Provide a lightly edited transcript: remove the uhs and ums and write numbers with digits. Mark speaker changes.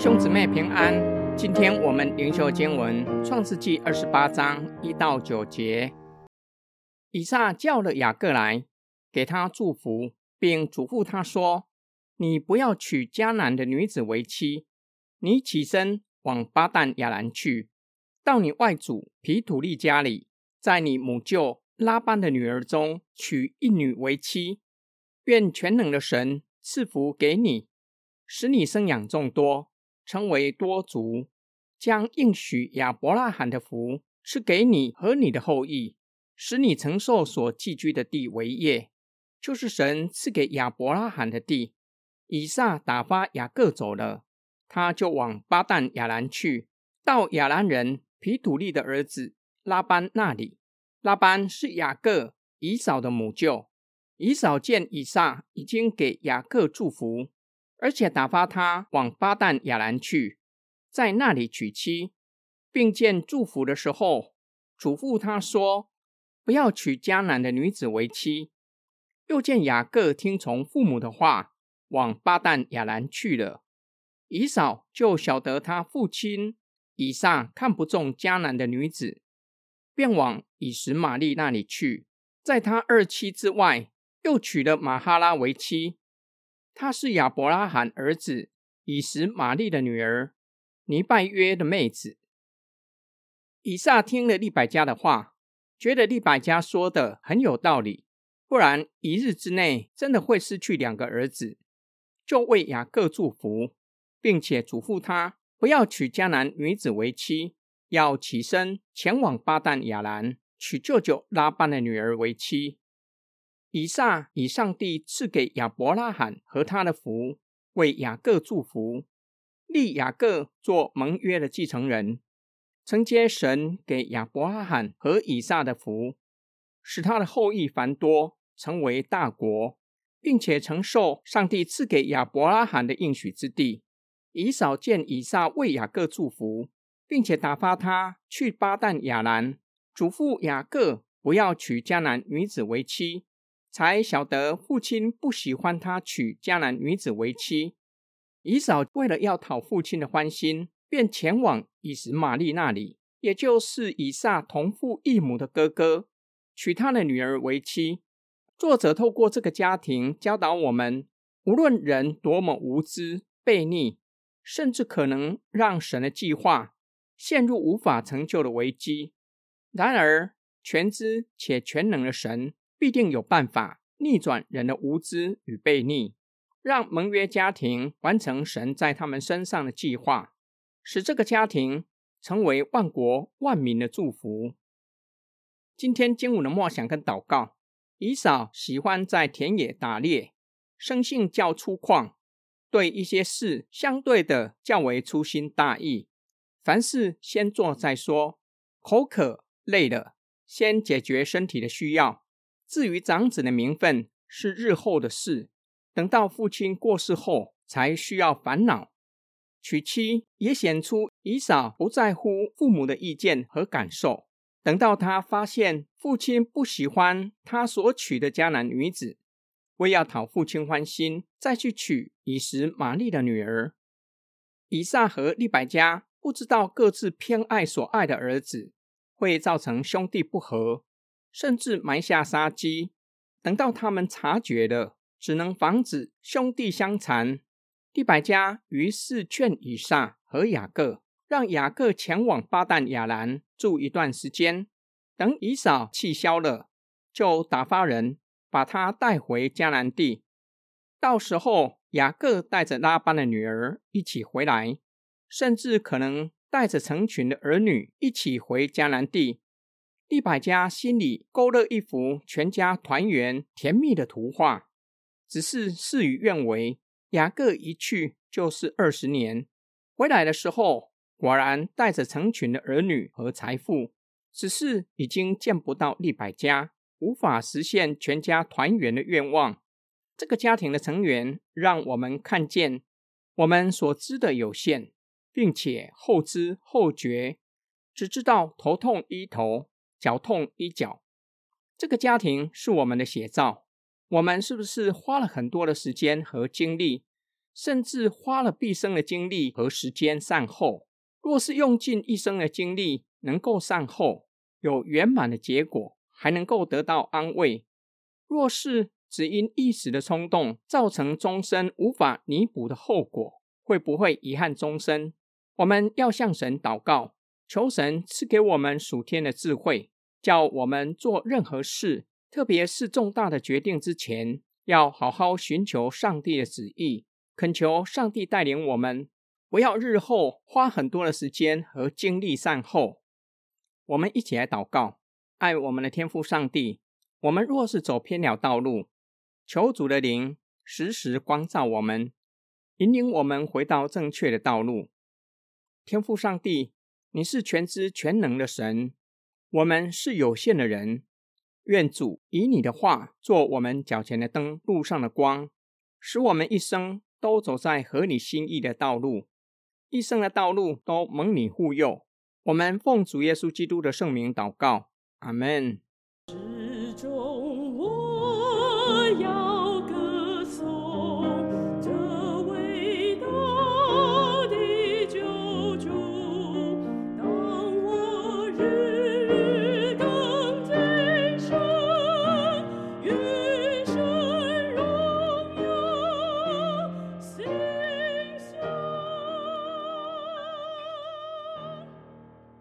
Speaker 1: 弟兄姊妹平安，今天我们灵修经文创世纪28章1到9节。以撒叫了雅各来，给他祝福，并嘱咐他说：你不要娶迦南的女子为妻，你起身往巴旦亚兰去，到你外祖毗土利家里，在你母舅拉班的女儿中娶一女为妻。愿全能的神赐福给你，使你生养众多，成为多族，将应许亚伯拉罕的福赐给你和你的后裔，使你承受所寄居的地为业，就是神赐给亚伯拉罕的地。以撒打发雅各走了，他就往巴旦亚兰去，到亚兰人毗土利的儿子拉班那里。拉班是雅各、以扫的母舅。以扫见以撒已经给雅各祝福，而且打发他往巴旦亚兰去，在那里娶妻，并见祝福的时候，嘱咐他说：不要娶迦南的女子为妻。又见雅各听从父母的话，往巴旦亚兰去了。以扫就晓得他父亲以撒看不中迦南的女子，便往以实玛利那里去，在他二妻之外又娶了玛哈拉为妻。她是亚伯拉罕儿子以实玛利的女儿，尼拜约的妹子。以撒听了利百加的话，觉得利百加说的很有道理，不然一日之内真的会失去2个儿子，就为雅各祝福，并且嘱咐他不要娶迦南女子为妻，要起身前往巴旦亚兰，娶舅舅拉班的女儿为妻。以撒以上帝赐给亚伯拉罕和他的福，为雅各祝福，立雅各做盟约的继承人，承接神给亚伯拉罕和以撒的福，使他的后裔繁多，成为大国，并且承受上帝赐给亚伯拉罕的应许之地。以扫见以撒为雅各祝福，并且打发他去巴旦亚兰，嘱咐雅各不要娶迦南女子为妻，才晓得父亲不喜欢他娶迦南女子为妻。以扫为了要讨父亲的欢心，便前往以实玛利那里，也就是以撒同父异母的哥哥，娶他的女儿为妻。作者透过这个家庭教导我们，无论人多么无知悖逆，甚至可能让神的计划陷入无法成就的危机，然而全知且全能的神必定有办法逆转人的无知与悖逆，让盟约家庭完成神在他们身上的计划，使这个家庭成为万国万民的祝福。今天经文的默想跟祷告，以扫喜欢在田野打猎，生性较粗犷，对一些事相对的较为粗心大意，凡事先做再说，口渴累了先解决身体的需要，至于长子的名分是日后的事，等到父亲过世后才需要烦恼。娶妻也显出以扫不在乎父母的意见和感受，等到他发现父亲不喜欢他所娶的迦南女子，为要讨父亲欢心，再去娶以实玛利的女儿。以撒和利百加不知道各自偏爱所爱的儿子，会造成兄弟不和，甚至埋下杀机。等到他们察觉了，只能防止兄弟相残。利百加于是劝以撒和雅各，让雅各前往巴旦亚兰住一段时间，等以扫气消了，就打发人把他带回迦南地。到时候雅各带着拉班的女儿一起回来，甚至可能带着成群的儿女一起回迦南地。利百加心里勾勒一幅全家团圆甜蜜的图画，只是事与愿违，雅各一去就是20年，回来的时候果然带着成群的儿女和财富，只是已经见不到利百加，无法实现全家团圆的愿望。这个家庭的成员让我们看见我们所知的有限，并且后知后觉，只知道头痛医头，脚痛医脚。这个家庭是我们的写照，我们是不是花了很多的时间和精力， 甚至花了毕生的精力和时间善后。若是用尽一生的精力能够善后，有圆满的结果，还能够得到安慰。若是只因一时的冲动造成终身无法弥补的后果，会不会遗憾终身？我们要向神祷告，求神赐给我们属天的智慧，叫我们做任何事，特别是重大的决定之前，要好好寻求上帝的旨意，恳求上帝带领我们，不要日后花很多的时间和精力善后。我们一起来祷告。爱我们的天父上帝，我们若是走偏了道路，求主的灵时时光照我们，引领我们回到正确的道路。天父上帝，你是全知全能的神，我们是有限的人，愿主以你的话做我们脚前的灯，路上的光，使我们一生都走在合你心意的道路，一生的道路都蒙你护佑。我们奉主耶稣基督的圣名祷告，阿们。